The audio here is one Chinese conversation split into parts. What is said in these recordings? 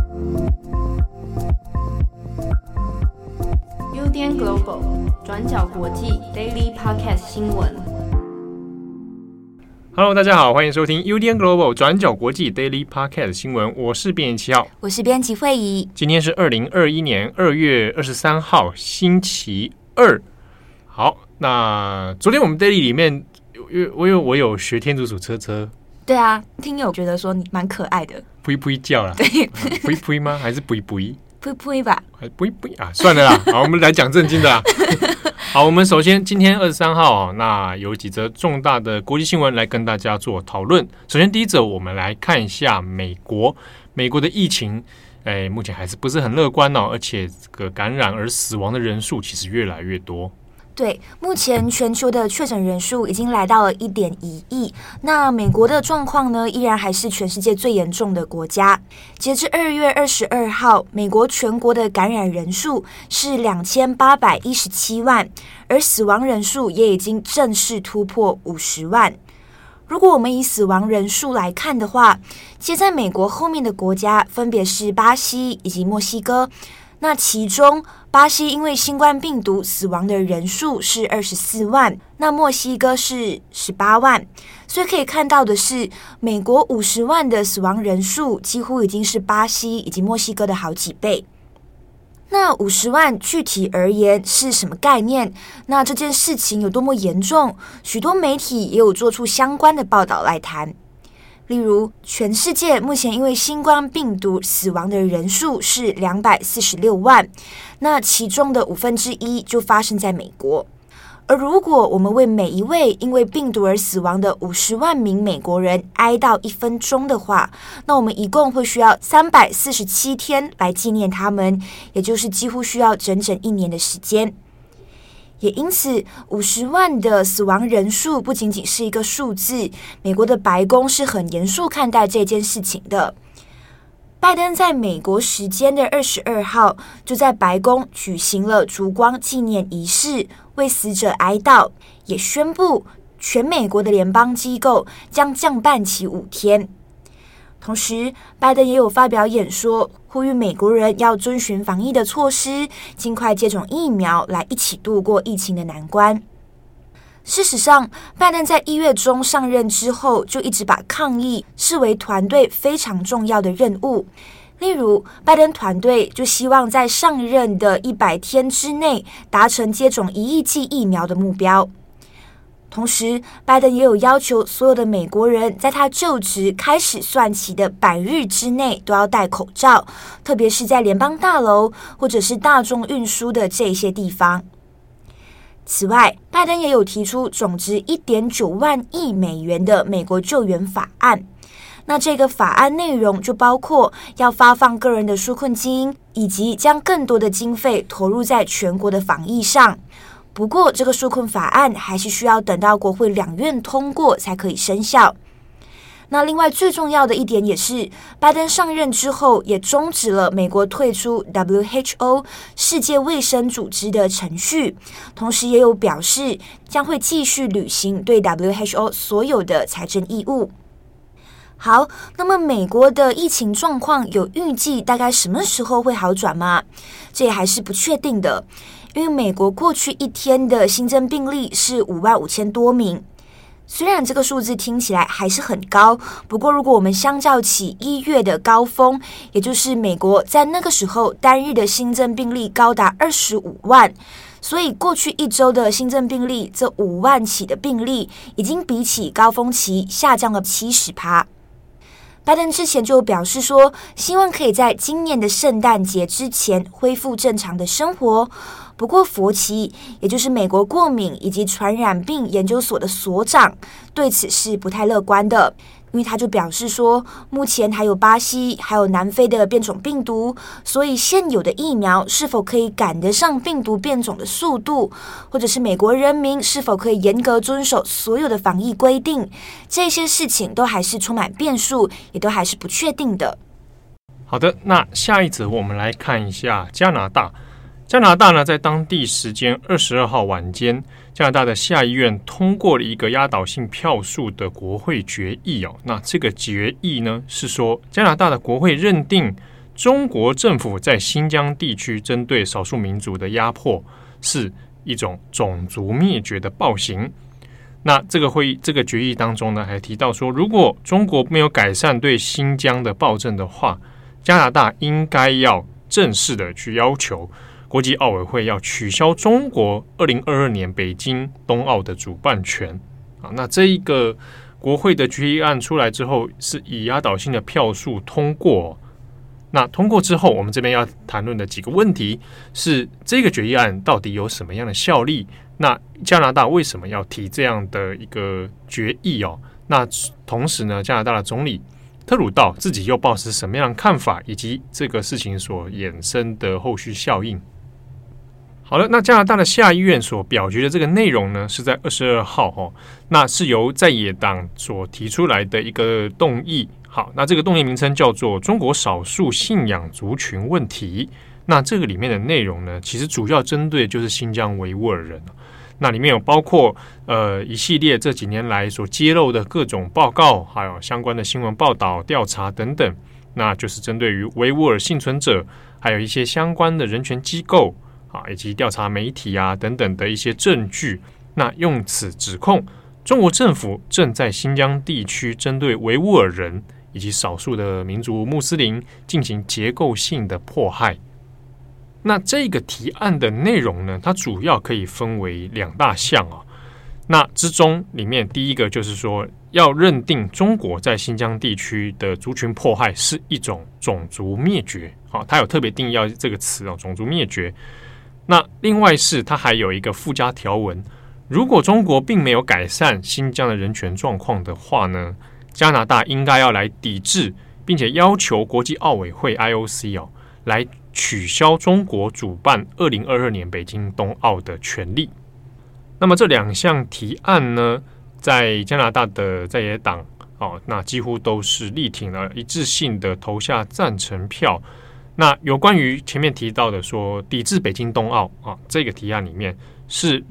UDN Global 转角国际 Daily Podcast 新闻。 Hello， 大家好，欢迎收听 UDN Global 转角国际 Daily Podcast 新闻，我是编辑7号， 我是编辑慧仪。今天是2021年2月23号，星期二。好，那昨天我们 Daily 里面，我有学天竺鼠车车。 对啊，听友觉得说你蛮可爱的， 呸呸叫啦， 对， 呸呸吗？还是呸呸？ 呸呸吧， 还呸呸啊！算了啦，好，我们来讲正经的啦。好，我们首先今天23号，那有几则重大的国际新闻来跟大家做讨论。首先第一则，我们来看一下美国的疫情，目前还是不是很乐观哦，而且这个感染而死亡的人数其实越来越多。 对，目前全球的确诊人数已经来到了 1.1 亿。那美国的状况呢，依然还是全世界最严重的国家。截至2月22号，美国全国的感染人数是2817万，而死亡人数也已经正式突破50万。如果我们以死亡人数来看的话，接在美国后面的国家分别是巴西以及墨西哥。那其中巴西因为新冠病毒死亡的人数是24万，那墨西哥是18万，所以可以看到的是，美国50万的死亡人数几乎已经是巴西以及墨西哥的好几倍。那50万具体而言是什么概念？那这件事情有多么严重？许多媒体也有做出相关的报道来谈。例如，全世界目前因为新冠病毒死亡的人数是246万，那其中的1/5就发生在美国。而如果我们为每一位因为病毒而死亡的50万名美国人哀悼1分钟的话，那我们一共会需要347天来纪念他们，也就是几乎需要整整1年的时间。也因此，50万的死亡人数不仅仅是一个数字，美国的白宫是很严肃看待这件事情的。拜登在美国时间的22号就在白宫举行了烛光纪念仪式，为死者哀悼，也宣布全美国的联邦机构将降半旗5天。同时，拜登也有发表演说，呼吁美国人要遵循防疫的措施，尽快接种疫苗，来一起度过疫情的难关。事实上，拜登在1月中上任之后，就一直把抗疫视为团队非常重要的任务。例如，拜登团队就希望在上任的100天之内达成接种1亿剂疫苗的目标。同时，拜登也有要求所有的美国人在他就职开始算起的100日之内都要戴口罩，特别是在联邦大楼或者是大众运输的这些地方。此外，拜登也有提出总值 1.9 万亿美元的美国救援法案。那这个法案内容就包括要发放个人的纾困金，以及将更多的经费投入在全国的防疫上。不过，这个纾困法案还是需要等到国会2院通过才可以生效。那另外最重要的一点也是，拜登上任之后也终止了美国退出 WHO 世界卫生组织的程序，同时也有表示将会继续履行对 WHO 所有的财政义务。好，那么美国的疫情状况有预计大概什么时候会好转吗？这也还是不确定的。因为美国过去一天的新增病例是55000多名，虽然这个数字听起来还是很高，不过如果我们相较起1月的高峰，也就是美国在那个时候单日的新增病例高达25万，所以过去一周的新增病例这5万起的病例，已经比起高峰期下降了70%。拜登之前就表示说，希望可以在今年的圣诞节之前恢复正常的生活。不过佛奇，也就是美国过敏以及传染病研究所的所长，对此是不太乐观的。因为他就表示说，目前还有巴西还有南非的变种病毒，所以现有的疫苗是否可以赶得上病毒变种的速度，或者是美国人民是否可以严格遵守所有的防疫规定，这些事情都还是充满变数，也都还是不确定的。 好的，那下一则我们来看一下加拿大。加拿大呢，在当地时间22号晚间，加拿大的下议院通过了一个压倒性票数的国会决议哦。那这个决议呢，是说加拿大的国会认定中国政府在新疆地区针对少数民族的压迫是一种种族灭绝的暴行。那这个决议当中呢，还提到说，如果中国没有改善对新疆的暴政的话，加拿大应该要正式的去要求国际奥委会要取消中国2022年北京冬奥的主办权。那这一个国会的决议案出来之后，是以压倒性的票数通过。那通过之后，我们这边要谈论的几个问题是，这个决议案到底有什么样的效力？那加拿大为什么要提这样的一个决议哦？那同时呢，加拿大的总理特鲁道自己又抱持什么样的看法，以及这个事情所衍生的后续效应？好了，那加拿大的下议院所表决的这个内容呢，是在22号哦，那是由在野党所提出来的一个动议。好，那这个动议名称叫做中国少数信仰族群问题。那这个里面的内容呢，其实主要针对就是新疆维吾尔人。那里面有包括一系列这几年来所揭露的各种报告，还有相关的新闻报道、调查等等。那就是针对于维吾尔幸存者，还有一些相关的人权机构以及调查媒体等等的一些证据。那用此指控中国政府正在新疆地区针对维吾尔人以及少数的民族穆斯林进行结构性的迫害。那这个提案的内容呢，它主要可以分为2大项那之中里面第一个就是说，要认定中国在新疆地区的族群迫害是一种种族灭绝它有特别定义这个词种族灭绝。那另外是它还有一个附加条文，如果中国并没有改善新疆的人权状况的话呢，加拿大应该要来抵制，并且要求国际奥委会 IOC 来取消中国主办2022年北京冬奥的权利。那么这2项提案呢，在加拿大的在野党那几乎都是力挺了，一致性的投下赞成票。那有关于前面提到的说抵制北京冬奥这个提案里面是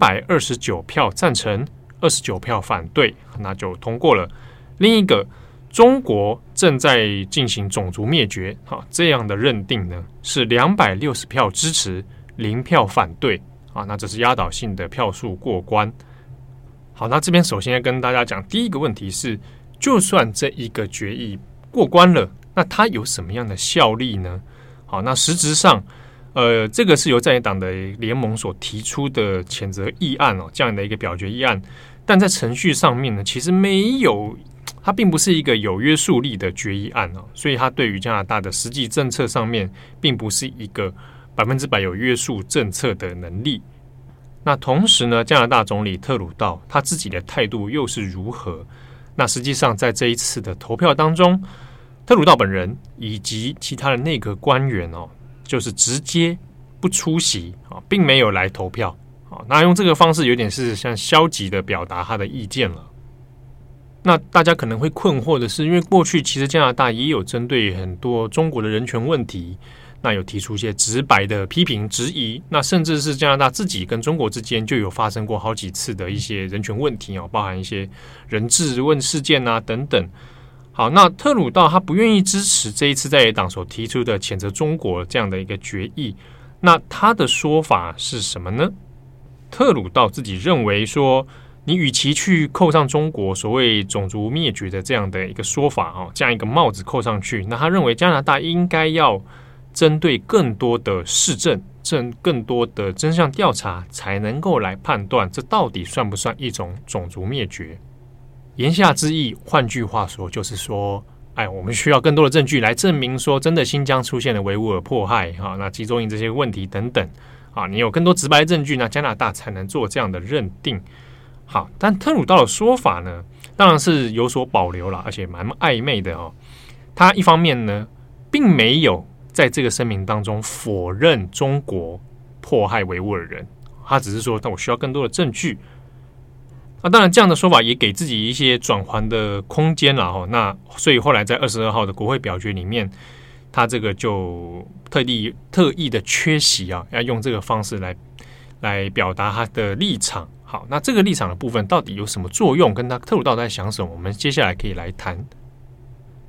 229票赞成，29票反对，那就通过了。另一个中国正在进行种族灭绝这样的认定呢，是260票支持，0票反对那这是压倒性的票数过关。好，那这边首先要跟大家讲第一个问题是，就算这一个决议过关了，那它有什么样的效力呢？好，那实质上这个是由在野党的联盟所提出的谴责议案这样的一个表决议案，但在程序上面呢，其实没有，它并不是一个有约束力的决议案所以它对于加拿大的实际政策上面并不是一个100%有约束政策的能力。那同时呢，加拿大总理特鲁道他自己的态度又是如何？那实际上在这一次的投票当中，特鲁道本人以及其他的内阁官员就是直接不出席并没有来投票那用这个方式有点是像消极的表达他的意见了。那大家可能会困惑的是，因为过去其实加拿大也有针对很多中国的人权问题，那有提出一些直白的批评质疑，那甚至是加拿大自己跟中国之间就有发生过好几次的一些人权问题包含一些人质问事件等等。好，那特鲁道他不愿意支持这一次在野党所提出的谴责中国这样的一个决议，那他的说法是什么呢？特鲁道自己认为说，你与其去扣上中国所谓种族灭绝的这样的一个说法这样一个帽子扣上去，那他认为加拿大应该要针对更多的事证、更多的真相调查，才能够来判断这到底算不算一种种族灭绝。言下之意，换句话说，就是说，我们需要更多的证据来证明说，真的新疆出现了维吾尔迫害那集中营这些问题等等你有更多直白的证据，那加拿大才能做这样的认定。好，但特鲁道的说法呢，当然是有所保留了，而且蛮暧昧的他一方面呢，并没有在这个声明当中否认中国迫害维吾尔人，他只是说，我需要更多的证据。当然这样的说法也给自己一些转圜的空间了那所以后来在22号的国会表决里面，他这个就特意的缺席要用这个方式来表达他的立场。好，那这个立场的部分到底有什么作用，跟他特鲁道在想什么，我们接下来可以来谈。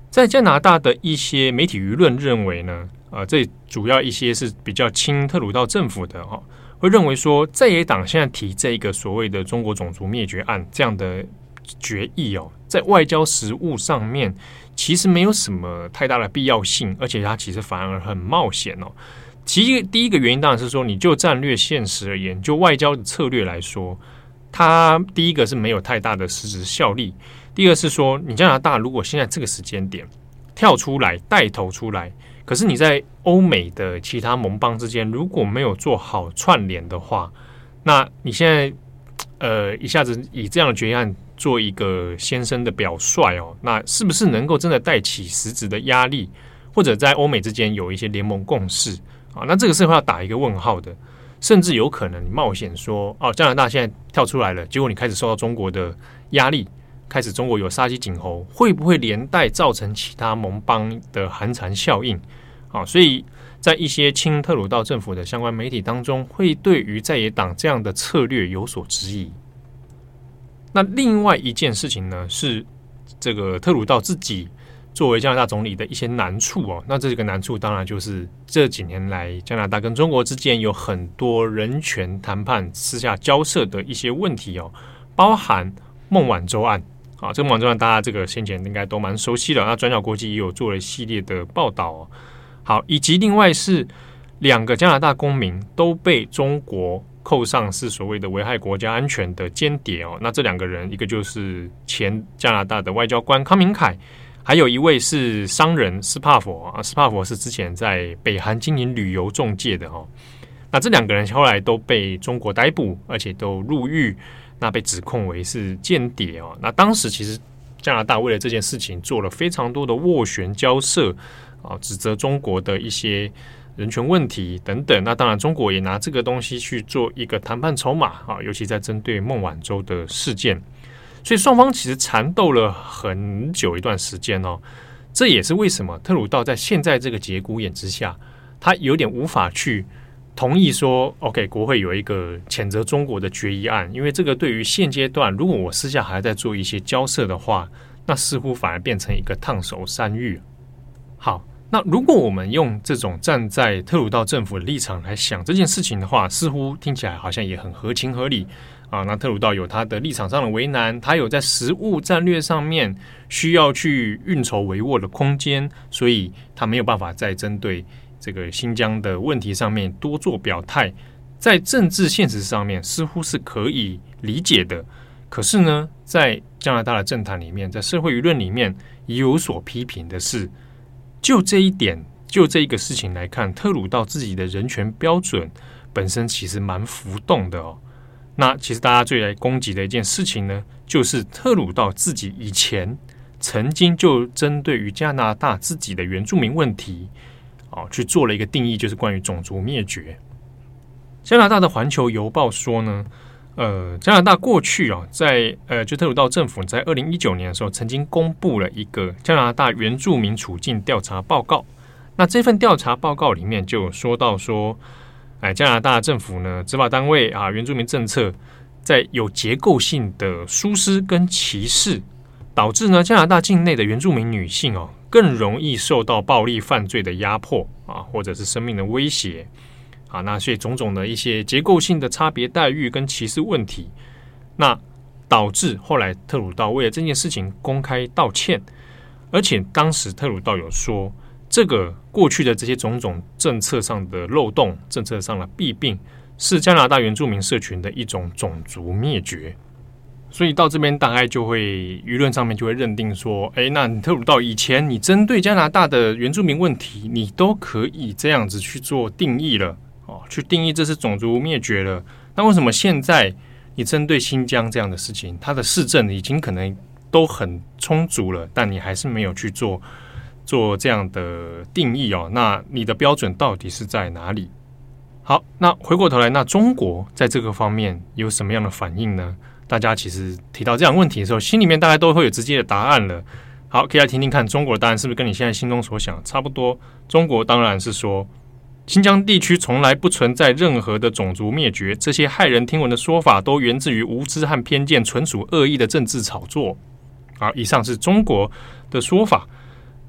在加拿大的一些媒体舆论认为呢，这主要一些是比较亲特鲁道政府的会认为说，在野党现在提这个所谓的中国种族灭绝案这样的决议在外交实务上面其实没有什么太大的必要性，而且它其实反而很冒险其实第一个原因当然是说，你就战略现实而言，就外交的策略来说，它第一个是没有太大的实质效力。第二是说，你加拿大如果现在这个时间点跳出来带头出来，可是你在欧美的其他盟邦之间如果没有做好串联的话，那你现在一下子以这样的决议案做一个先声的表率那是不是能够真的带起实质的压力，或者在欧美之间有一些联盟共识那这个是会要打一个问号的。甚至有可能你冒险说加拿大现在跳出来了，结果你开始受到中国的压力，开始中国有杀鸡儆猴，会不会连带造成其他盟邦的寒蝉效应所以在一些亲特鲁道政府的相关媒体当中，会对于在野党这样的策略有所质疑。那另外一件事情呢，是这个特鲁道自己作为加拿大总理的一些难处那这个难处当然就是这几年来加拿大跟中国之间有很多人权谈判私下交涉的一些问题包含孟晚舟案这个孟晚舟案大家这个先前应该都蛮熟悉的，那转角国际也有做了一系列的报道好，以及另外是2个加拿大公民都被中国扣上是所谓的危害国家安全的间谍那这2个人，一个就是前加拿大的外交官康明凯，还有一位是商人斯帕佛斯帕佛是之前在北韩经营旅游中介的那这2个人后来都被中国逮捕，而且都入狱，那被指控为是间谍那当时其实加拿大为了这件事情做了非常多的斡旋交涉指责中国的一些人权问题等等，那当然中国也拿这个东西去做一个谈判筹码尤其在针对孟晚舟的事件，所以双方其实缠斗了很久一段时间这也是为什么特鲁道在现在这个节骨眼之下，他有点无法去同意说 OK 国会有一个谴责中国的决议案，因为这个对于现阶段如果我私下还在做一些交涉的话，那似乎反而变成一个烫手山芋。好，那如果我们用这种站在特鲁道政府的立场来想这件事情的话，似乎听起来好像也很合情合理那特鲁道有他的立场上的为难，他有在实务战略上面需要去运筹帷幄的空间，所以他没有办法在针对这个新疆的问题上面多做表态，在政治现实上面似乎是可以理解的。可是呢，在加拿大的政坛里面，在社会舆论里面也有所批评的是，就这一点，就这一个事情来看，特鲁道自己的人权标准本身其实蛮浮动的那其实大家最来攻击的一件事情呢，就是特鲁道自己以前曾经就针对于加拿大自己的原住民问题去做了一个定义，就是关于种族灭绝。加拿大的环球邮报说呢，加拿大过去就特鲁道政府在2019年的时候曾经公布了一个加拿大原住民处境调查报告。那这份调查报告里面就有说到说，加拿大政府呢，执法单位原住民政策在有结构性的疏失跟歧视，导致呢加拿大境内的原住民女性更容易受到暴力犯罪的压迫或者是生命的威胁那所以种种的一些结构性的差别待遇跟歧视问题，那导致后来特鲁道为了这件事情公开道歉，而且当时特鲁道有说，这个过去的这些种种政策上的漏洞、政策上的弊病，是加拿大原住民社群的一种种族灭绝。所以到这边大概就会舆论上面就会认定说，那你特鲁道以前你针对加拿大的原住民问题，你都可以这样子去做定义了去定义这是种族灭绝了，那为什么现在你针对新疆这样的事情，它的事证已经可能都很充足了，但你还是没有去做这样的定义那你的标准到底是在哪里？好，那回过头来，那中国在这个方面有什么样的反应呢？大家其实提到这样的问题的时候，心里面大概都会有直接的答案了。好，可以来听听看中国的答案是不是跟你现在心中所想差不多。中国当然是说，新疆地区从来不存在任何的种族灭绝，这些骇人听闻的说法都源自于无知和偏见，纯属恶意的政治炒作。好，以上是中国的说法。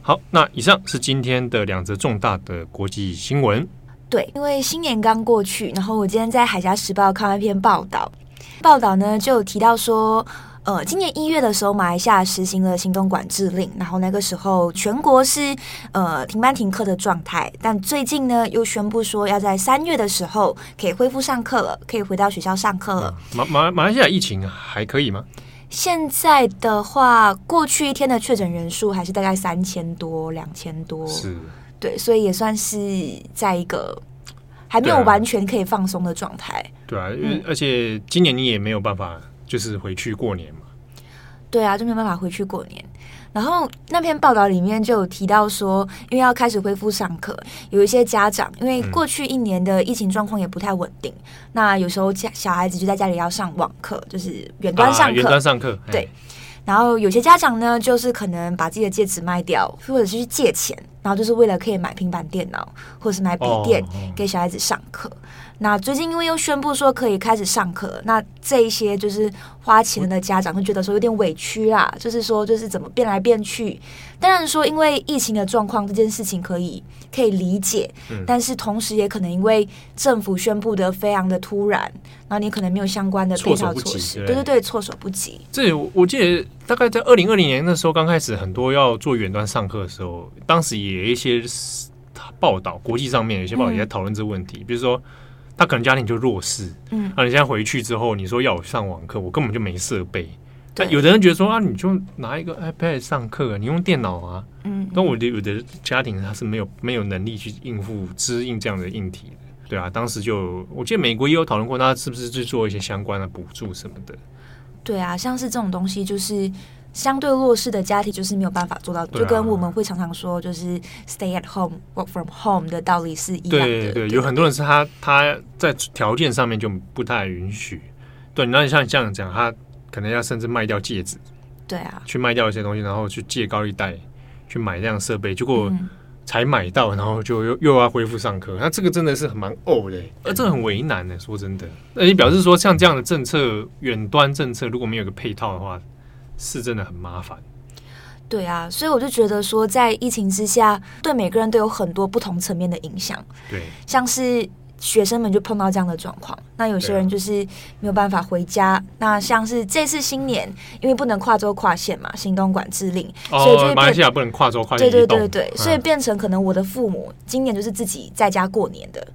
好，那以上是今天的2则重大的国际新闻。 对，因为新年刚过去，然后我今天在《海峡时报》看到一篇报道呢就有提到说，今年1月的时候，马来西亚实行了行动管制令，然后那个时候全国是停班停课的状态，但最近呢又宣布说要在3月的时候可以恢复上课了，可以回到学校上课了。 马来西亚疫情还可以吗？ 现在的话，过去一天的确诊人数还是大概3000多、2000多， 是， 对，所以也算是在一个还没有完全可以放松的状态。 对啊，而且今年你也没有办法就是回去过年嘛。 对啊，就没有办法回去过年。然后那篇报道里面就有提到说，因为要开始恢复上课，有一些家长因为过去1年的疫情状况也不太稳定，那有时候小孩子就在家里要上网课，就是远端上课。 远端上课， 对。然后有些家长呢，就是可能把自己的戒指卖掉，或者是去借钱，然后就是为了可以买平板电脑或者是买笔电给小孩子上课。那最近因为又宣布说可以开始上课，那这一些就是花钱的家长就觉得说有点委屈啦，就是说就是怎么变来变去。当然说因为疫情的状况这件事情可以理解，但是同时也可能因为政府宣布的非常的突然，然后你可能没有相关的配套措施，对，措手不及。 这我记得大概在2020年那时候刚开始很多要做远端上课的时候，当时也有一些报道，国际上面有些报道也在讨论这个问题，比如说他可能家庭就弱势，你现在回去之后，你说要我上网课，我根本就没设备。但有的人觉得说啊，你就拿一个 iPad 上课，你用电脑啊。但有的家庭他是没有能力去支应这样的硬体的，对啊。当时我记得美国也有讨论过，那是不是去做一些相关的补助什么的？ 对啊，像是这种东西就是相对弱势的家庭就是没有办法做到，就跟我们会常常说就是 stay at home work from home 的道理是一样的。 对，有很多人是他在条件上面就不太允许。对，那你像你这样讲，他可能要甚至卖掉戒指， 对啊， 去卖掉一些东西，然后去借高利贷去买这样设备，结果才买到，然后就又要恢复上课，那这个真的是蛮的，这很为难的。说真的，那也表示说像这样的政策，远端政策如果没有个配套的话，是真的很麻烦。 对啊，所以我就觉得说，在疫情之下，对每个人都有很多不同层面的影响。 对， 像是学生们就碰到这样的状况，那有些人就是没有办法回家。那像是这次新年，因为不能跨州跨县嘛，行动管制令，所以就马来西亚不能跨州跨县移动， 对，所以变成可能我的父母今年就是自己在家过年的。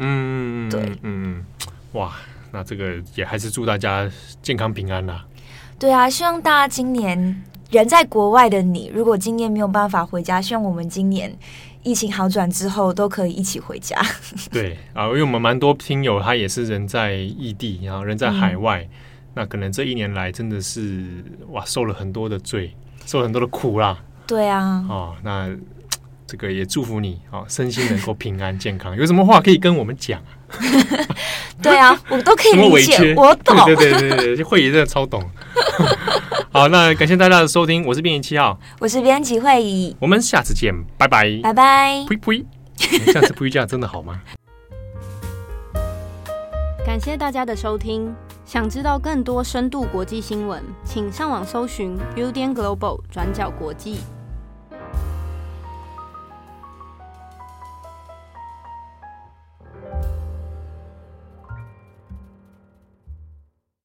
哇，那这个也还是祝大家健康平安啦。 对啊，希望大家今年人在国外的你，如果今年没有办法回家，希望我们今年疫情好转之后都可以一起回家。 对啊，因为我们蛮多听友他也是人在异地，然后人在海外，那可能这1年来真的是受了很多的罪，受了很多的苦啦。 对啊， 那这个也祝福你身心能够平安健康。有什么话可以跟我们讲啊？ 对啊，我都可以理解，我懂。 对，慧仪真的超懂。好，那感谢大家的收听，我是编辑7号， 我是编辑慧仪， 我们下次见，拜拜， 拜拜。 呸呸，下次呸这样真的好吗？ 感谢大家的收听。想知道更多深度国际新闻，请上网搜寻 Udan Global 转角国际。